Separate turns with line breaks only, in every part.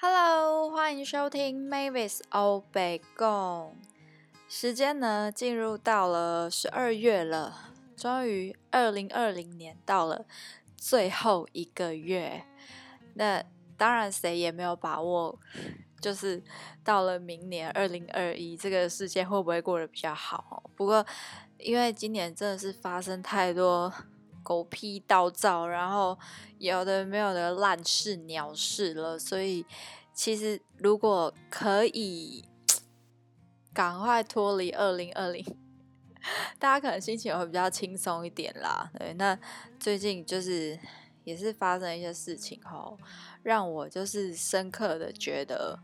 Hello，欢迎收听 Mavis 欧北共。时间呢进入到了12月了，终于2020年到了最后一个月。那当然谁也没有把握，就是到了明年2021这个世界会不会过得比较好。不过因为今年真的是发生太多狗屁倒灶，然后有的没有的烂事鸟事了，所以其实如果可以赶快脱离2020，大家可能心情也会比较轻松一点啦。对，那最近就是也是发生一些事情后，让我就是深刻的觉得，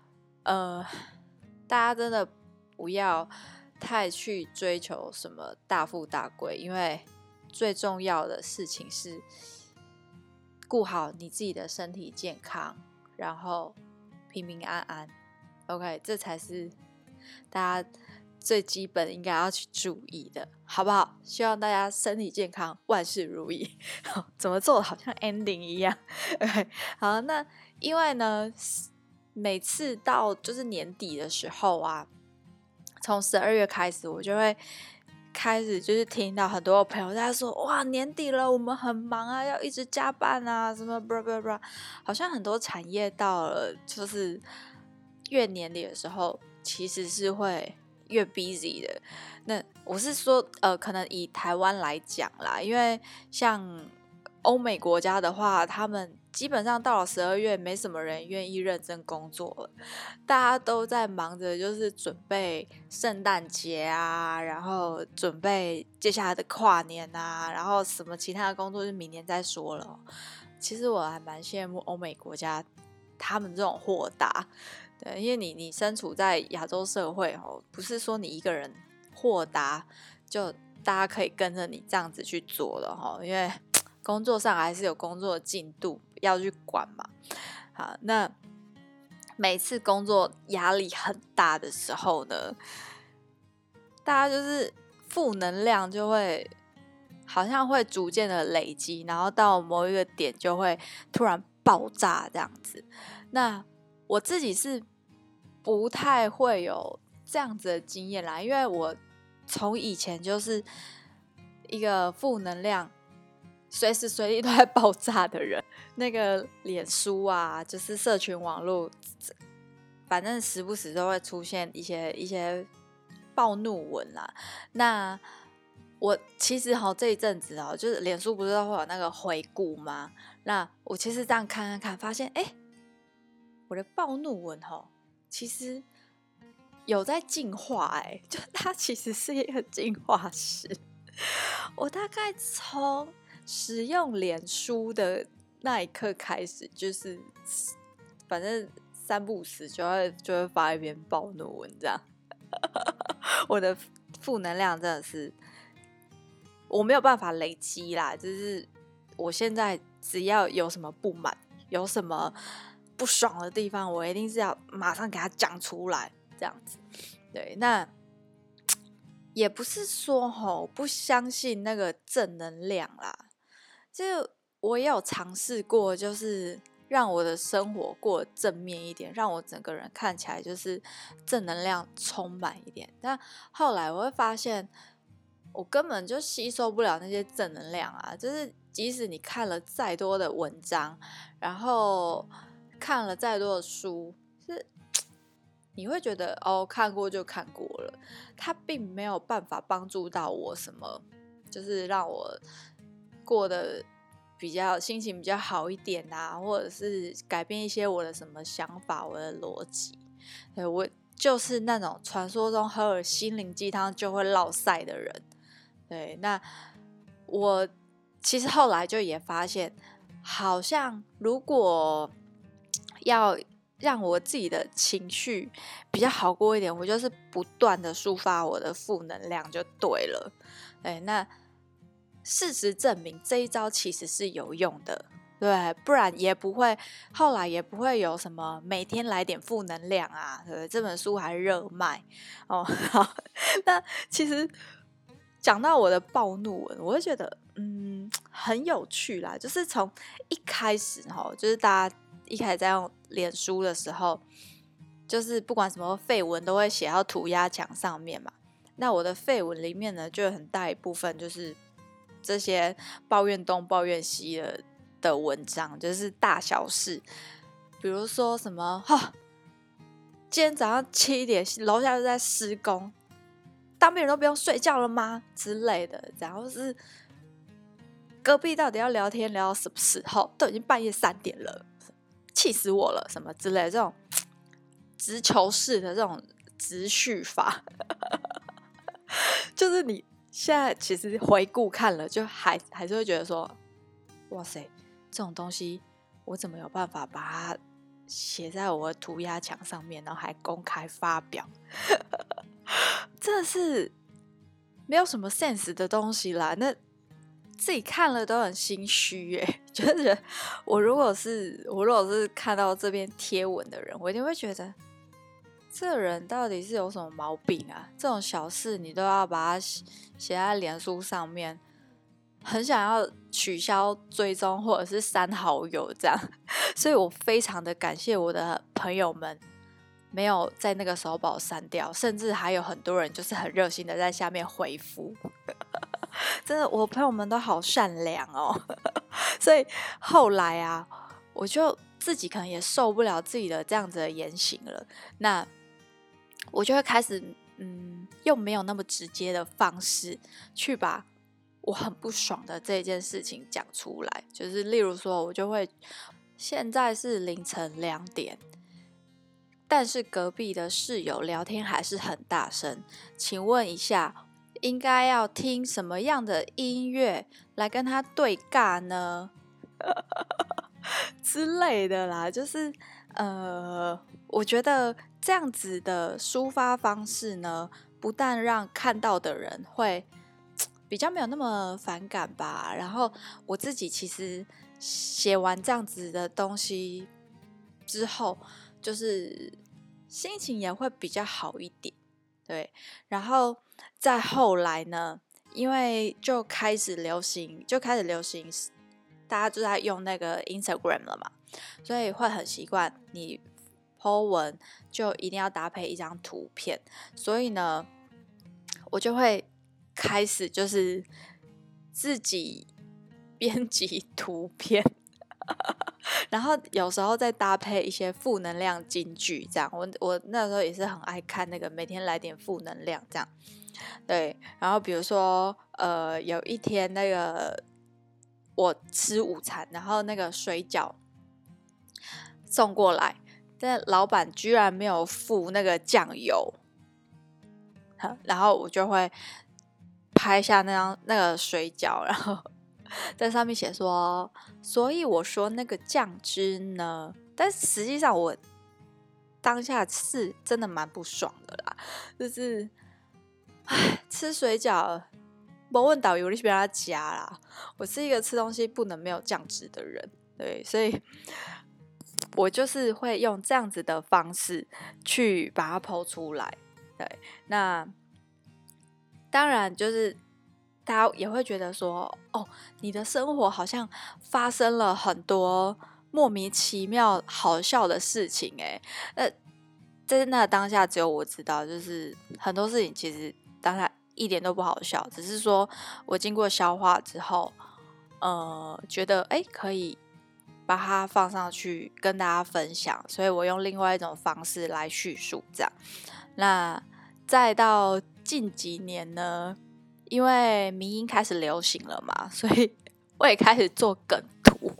大家真的不要太去追求什么大富大贵，因为最重要的事情是顾好你自己的身体健康，然后平平安安。OK， 这才是大家最基本应该要去注意的，好不好？希望大家身体健康，万事如意。怎么做的好像 ending 一样？OK， 好，那因为呢，每次到就是年底的时候啊，从12月开始，我就会开始就是听到很多朋友在说，哇，年底了，我们很忙啊，要一直加班啊，什么 blah blah blah， 好像很多产业到了就是越年底的时候，其实是会越 busy 的。那我是说，可能以台湾来讲啦，因为像欧美国家的话，他们基本上到了12月，没什么人愿意认真工作了，大家都在忙着就是准备圣诞节啊，然后准备接下来的跨年啊，然后什么其他的工作就明年再说了。其实我还蛮羡慕欧美国家他们这种豁达，对，因为你身处在亚洲社会哦，不是说你一个人豁达就大家可以跟着你这样子去做了哈，因为工作上还是有工作的进度要去管嘛。好，那每次工作压力很大的时候呢，大家就是负能量就会好像会逐渐的累积，然后到某一个点就会突然爆炸这样子。那我自己是不太会有这样子的经验啦，因为我从以前就是一个负能量随时随地都在爆炸的人。那个脸书啊，就是社群网络，反正时不时都会出现一些暴怒文啦。那我其实这一阵子就是脸书不是都会有那个回顾吗？那我其实这样看，发现我的暴怒文其实有在进化就它其实是一个进化史。我大概从使用脸书的那一刻开始，就是反正三不五时就会发一篇暴怒文这样。我的负能量真的是我没有办法累积啦，就是我现在只要有什么不满，有什么不爽的地方，我一定是要马上给他讲出来这样子。对，那也不是说不相信那个正能量啦，就我也有尝试过，就是让我的生活过得正面一点，让我整个人看起来就是正能量充满一点。但后来我会发现，我根本就吸收不了那些正能量啊！就是即使你看了再多的文章，然后看了再多的书，是你会觉得看过就看过了，它并没有办法帮助到我什么，就是让我过得比较心情比较好一点啊，或者是改变一些我的什么想法，我的逻辑。对，我就是那种传说中喝了心灵鸡汤就会落赛的人。对，那我其实后来就也发现，好像如果要让我自己的情绪比较好过一点，我就是不断的抒发我的负能量就对了。对，那事实证明这一招其实是有用的，对，不然也不会后来也不会有什么每天来点负能量啊，对不对？这本书还热卖哦。好，那其实讲到我的暴怒文，我会觉得很有趣啦，就是从一开始就是大家一开始在用脸书的时候，就是不管什么废文都会写到涂鸦墙上面嘛。那我的废文里面呢，就有很大一部分就是这些抱怨东抱怨西的文章，就是大小事，比如说什么今天早上7点楼下就在施工，当兵人都不用睡觉了吗之类的，然后是隔壁到底要聊天聊到什么时候，都已经半夜3点了，气死我了什么之类的，这种直球式的这种直叙法就是你现在其实回顾看了，就还是会觉得说，哇塞，这种东西我怎么有办法把它写在我的涂鸦墙上面，然后还公开发表真的是没有什么 sense 的东西啦。那自己看了都很心虚耶，就是我如果是看到这篇贴文的人，我一定会觉得这人到底是有什么毛病啊？这种小事你都要把它写在脸书上面，很想要取消追踪或者是删好友这样。所以我非常的感谢我的朋友们没有在那个时候把我删掉，甚至还有很多人就是很热心的在下面回复真的我朋友们都好善良哦所以后来啊，我就自己可能也受不了自己的这样子的言行了，那我就会开始用没有那么直接的方式去把我很不爽的这件事情讲出来。就是例如说我就会，现在是凌晨2点，但是隔壁的室友聊天还是很大声，请问一下应该要听什么样的音乐来跟他对尬呢之类的啦。就是我觉得这样子的抒发方式呢，不但让看到的人会比较没有那么反感吧，然后我自己其实写完这样子的东西之后，就是心情也会比较好一点，对。然后再后来呢，因为就开始流行大家就在用那个 Instagram 了嘛，所以会很习惯你 po 文就一定要搭配一张图片，所以呢，我就会开始就是自己编辑图片然后有时候再搭配一些负能量金句，这样我那时候也是很爱看那个每天来点负能量这样，对。然后比如说有一天那个我吃午餐，然后那个水饺送过来，但老板居然没有附那个酱油，然后我就会拍下那个水饺，然后在上面写说，所以我说那个酱汁呢，但实际上我当下是真的蛮不爽的啦，就是吃水饺没问导游你去别他加啦，我是一个吃东西不能没有酱汁的人，对，所以我就是会用这样子的方式去把它po出来，对。那当然就是大家也会觉得说，你的生活好像发生了很多莫名其妙好笑的事情在那当下只有我知道，就是很多事情其实当下一点都不好笑，只是说我经过消化之后觉得可以把它放上去跟大家分享，所以我用另外一种方式来叙述这样。那再到近几年呢，因为迷因开始流行了嘛，所以我也开始做梗图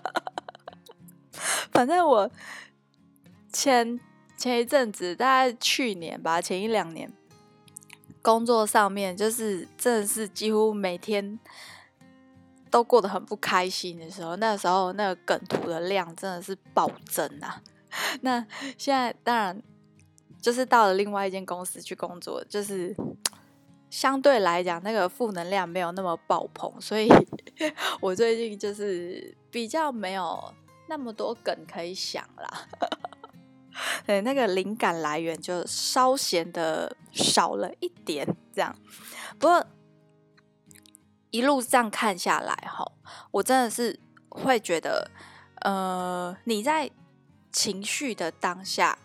反正我前一阵子大概去年吧，前1-2年工作上面就是真的是几乎每天都过得很不开心的时候，那个时候那个梗图的量真的是暴增啊。那现在当然就是到了另外一间公司去工作，就是相对来讲那个负能量没有那么爆棚，所以我最近就是比较没有那么多梗可以想啦对，那个灵感来源就稍显的少了一点这样。不过一路这样看下来我真的是会觉得你在情绪的当下，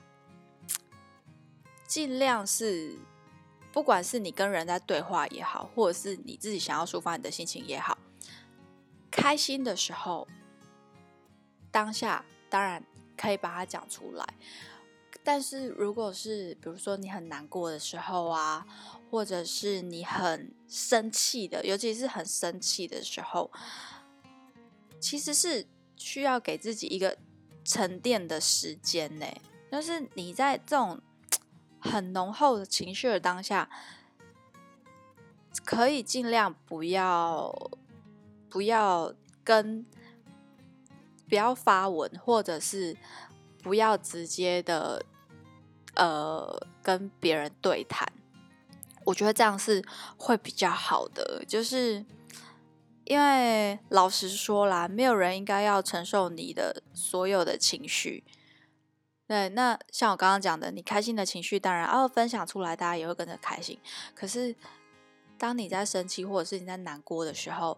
尽量是，不管是你跟人在对话也好，或者是你自己想要抒发你的心情也好，开心的时候，当下当然可以把它讲出来。但是如果是比如说你很难过的时候啊，或者是你很生气的，尤其是很生气的时候，其实是需要给自己一个沉淀的时间呢。就是你在这种很浓厚的情绪的当下，可以尽量不要发文，或者是不要直接的跟别人对谈。我觉得这样是会比较好的，就是因为老实说啦，没有人应该要承受你的所有的情绪。对，那像我刚刚讲的，你开心的情绪当然分享出来，大家也会跟着开心。可是当你在生气或者是你在难过的时候，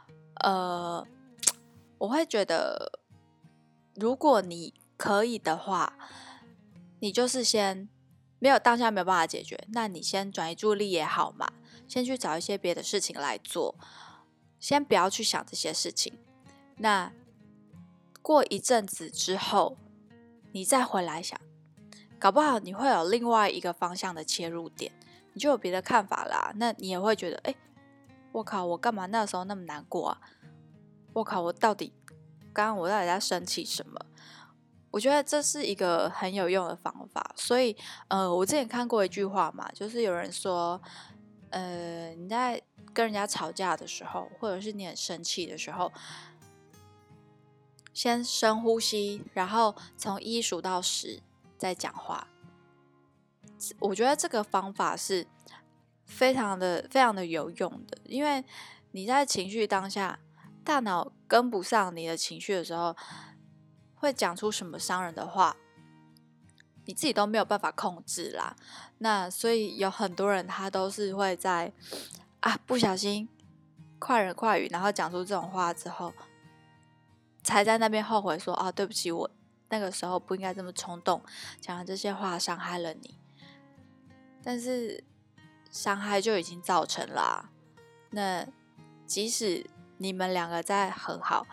我会觉得，如果你可以的话，你就是先当下没有办法解决，那你先转移注意力也好嘛，先去找一些别的事情来做，先不要去想这些事情。那过一阵子之后，你再回来想，搞不好你会有另外一个方向的切入点，你就有别的看法啦。那你也会觉得，我靠，我干嘛那时候那么难过啊？我靠，刚刚我到底在生气什么？我觉得这是一个很有用的方法。所以我之前看过一句话嘛，就是有人说你在跟人家吵架的时候，或者是你很生气的时候，先深呼吸，然后从1数到10再讲话。我觉得这个方法是非常的有用的，因为你在情绪当下，大脑跟不上你的情绪的时候，会讲出什么伤人的话，你自己都没有办法控制啦。那所以有很多人他都是会在不小心快人快语，然后讲出这种话之后，才在那边后悔说对不起，我那个时候不应该这么冲动，讲了这些话伤害了你。但是伤害就已经造成啦。那即使你们两个在和好，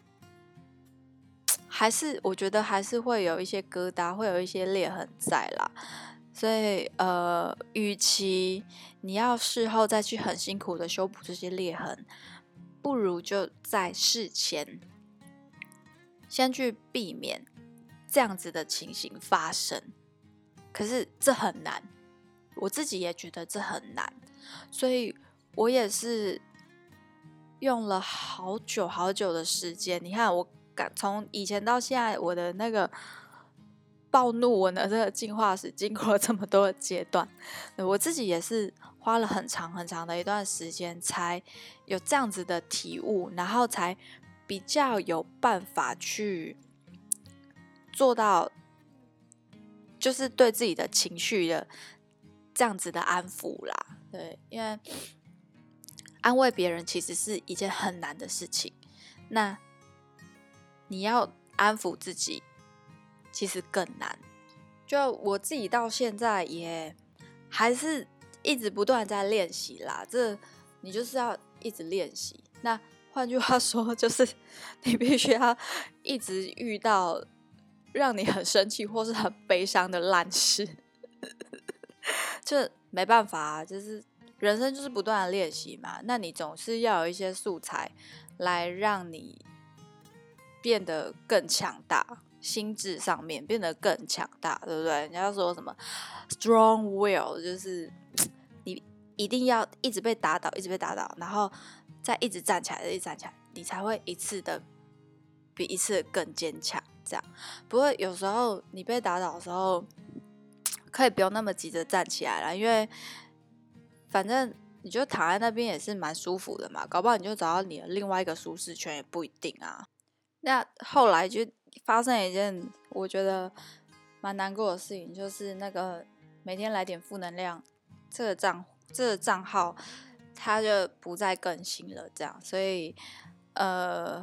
我觉得还是会有一些疙瘩，会有一些裂痕在啦。所以与其你要事后再去很辛苦的修补这些裂痕，不如就在事前先去避免这样子的情形发生。可是这很难，我自己也觉得这很难，所以我也是用了好久好久的时间。你看我从以前到现在，我的那个暴怒文的这个进化史经过了这么多的阶段，我自己也是花了很长很长的一段时间才有这样子的体悟，然后才比较有办法去做到就是对自己的情绪的这样子的安抚啦。对，因为安慰别人其实是一件很难的事情，那你要安抚自己其实更难。就我自己到现在也还是一直不断在练习啦，这你就是要一直练习。那换句话说，就是你必须要一直遇到让你很生气或是很悲伤的烂事就没办法啊，就是人生就是不断的练习嘛。那你总是要有一些素材来让你变得更强大，心智上面变得更强大，对不对？人家说什么 strong will， 就是你一定要一直被打倒，一直被打倒，然后再一直站起来，一直站起来，你才会一次的比一次更坚强。这样，不过有时候你被打倒的时候，可以不用那么急着站起来啦，因为反正你就躺在那边也是蛮舒服的嘛，搞不好你就找到你的另外一个舒适圈也不一定啊。那后来就发生一件我觉得蛮难过的事情，就是那个每天来点负能量这个账号它就不再更新了，这样，所以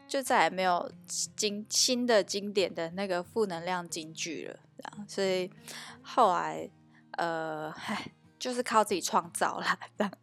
就再也没有新的经典的那个负能量金句了，这样，所以后来就是靠自己创造啦，这样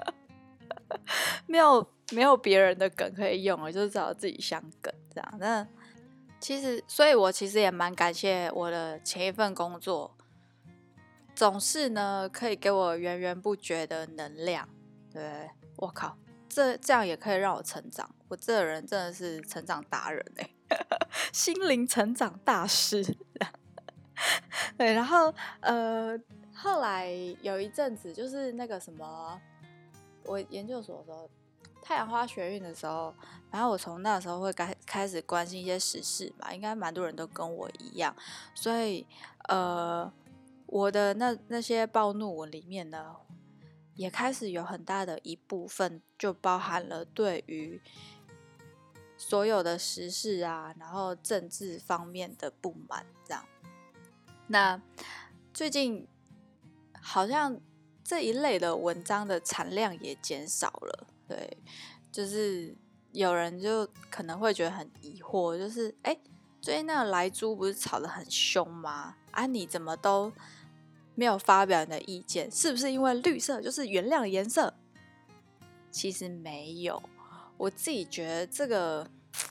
没有别人的梗可以用了，就是只好自己想梗这样。那所以我其实也蛮感谢我的前一份工作，总是呢可以给我源源不绝的能量。对，我靠，这样也可以让我成长。我这个人真的是成长达人心灵成长大师。对，然后后来有一阵子就是那个什么，我研究所的时候，太阳花学运的时候，然后我从那时候会开始关心一些时事嘛，应该蛮多人都跟我一样，所以我的那些暴怒文里面呢，也开始有很大的一部分就包含了对于所有的时事啊，然后政治方面的不满这样。那最近好像这一类的文章的产量也减少了，对，就是有人就可能会觉得很疑惑，就是最近那个莱猪不是吵得很凶吗？啊，你怎么都没有发表你的意见？是不是因为绿色就是原谅的颜色？其实没有，我自己觉得这个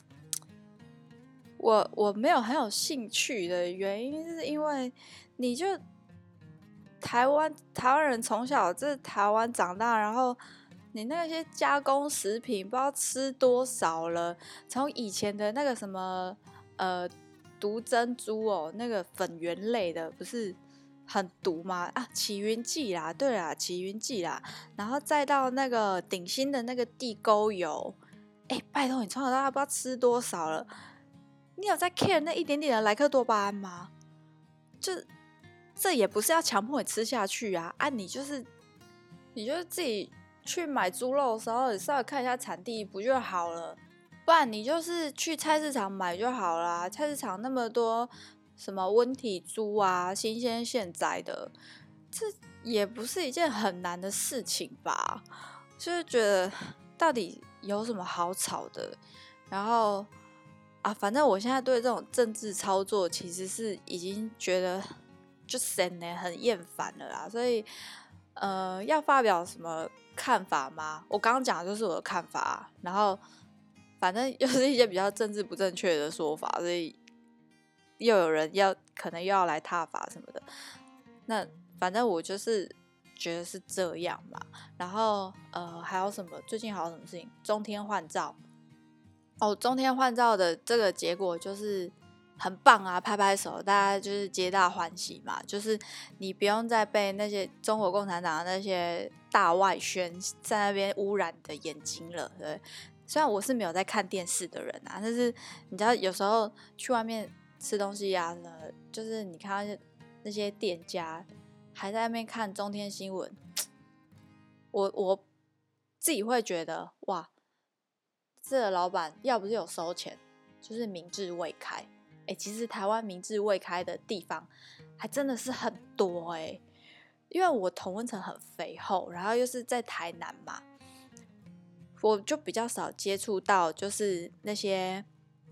我没有很有兴趣的原因，是因为你就台湾人从小在台湾长大，然后你那些加工食品不知道吃多少了，从以前的那个什么毒珍珠哦，那个粉圆类的不是很毒吗？啊，起云剂啦，对啦，起云剂啦，然后再到那个顶新的那个地沟油，拜托你从小到大不知道吃多少了，你有在 care 那一点点的莱克多巴胺吗？这也不是要强迫你吃下去啊！你就是自己去买猪肉的时候，你稍微看一下产地不就好了？不然你就是去菜市场买就好啦。菜市场那么多什么温体猪啊，新鲜现宰的，这也不是一件很难的事情吧？就是觉得到底有什么好吵的？然后反正我现在对这种政治操作其实是已经觉得就神很厌烦了啦，所以要发表什么看法吗？我刚刚讲的就是我的看法，然后反正又是一些比较政治不正确的说法，所以又有人可能又要来挞伐什么的。那反正我就是觉得是这样嘛。然后还有什么？最近还有什么事情？中天换照中天换照的这个结果就是很棒啊，拍拍手，大家就是皆大欢喜嘛。就是你不用再被那些中国共产党的那些大外宣在那边污染的眼睛了，对。虽然我是没有在看电视的人啊，但是你知道有时候去外面吃东西啊，就是你看到那些店家还在那边看中天新闻，我自己会觉得哇，这个老板要不是有收钱，就是民智未开。其实台湾民智未开的地方还真的是很多因为我同温层很肥厚，然后又是在台南嘛，我就比较少接触到就是那些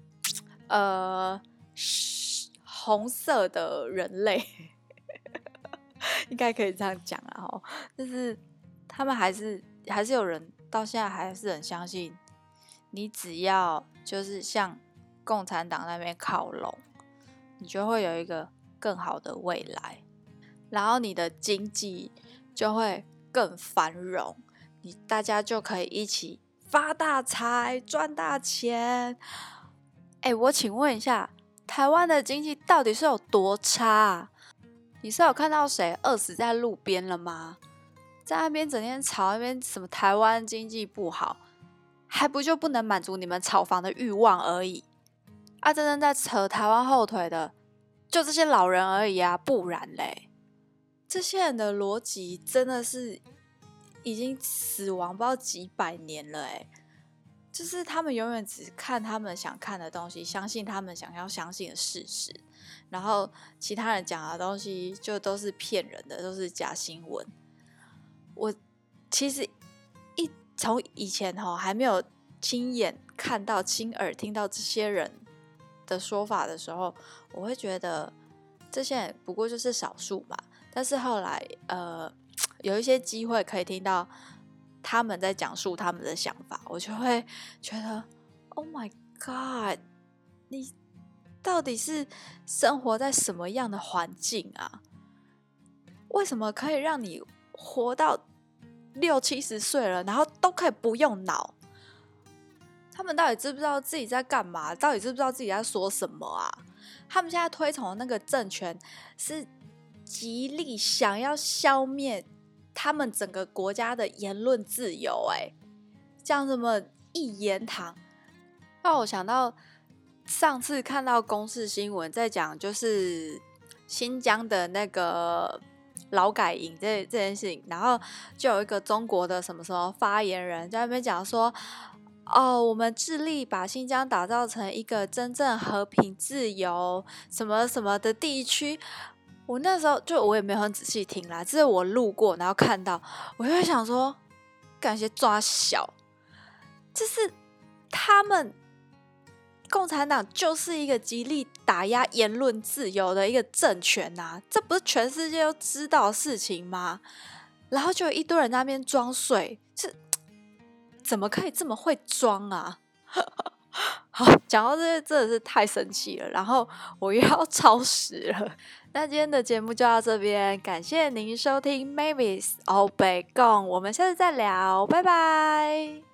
红色的人类应该可以这样讲啦就是他们还是有人到现在还是很相信，你只要就是向共产党那边靠拢，你就会有一个更好的未来，然后你的经济就会更繁荣，大家就可以一起发大财赚大钱。我请问一下，台湾的经济到底是有多差啊？你是有看到谁饿死在路边了吗？在那边整天吵那边什么台湾经济不好，还不就不能满足你们炒房的欲望而已真正在扯台湾后腿的就这些老人而已啊，不然嘞，这些人的逻辑真的是已经死亡不知道几百年了就是他们永远只看他们想看的东西，相信他们想要相信的事实，然后其他人讲的东西就都是骗人的，都是假新闻。我其实从以前还没有亲眼看到、亲耳听到这些人的说法的时候，我会觉得这些人不过就是少数嘛。但是后来有一些机会可以听到他们在讲述他们的想法，我就会觉得 Oh my God， 你到底是生活在什么样的环境啊？为什么可以让你活到60-70岁了，然后都可以不用脑？他们到底知不知道自己在干嘛？到底知不知道自己在说什么啊？他们现在推崇的那个政权是极力想要消灭他们整个国家的言论自由，这样这么一言堂，让我想到上次看到公视新闻在讲，就是新疆的那个劳改营这件事情，然后就有一个中国的什么什么发言人在那边讲说，我们致力把新疆打造成一个真正和平、自由什么什么的地区。我那时候我也没有很仔细听啦，只是我路过然后看到，我就会想说，感觉抓小，就是他们共产党就是一个极力打压言论自由的一个政权啊，这不是全世界都知道的事情吗？然后就有一堆人在那边装睡，怎么可以这么会装啊？好，讲到这些真的是太生气了，然后我又要超时了。那今天的节目就到这边，感谢您收听 Mavis 欧北共，我们下次再聊，拜拜。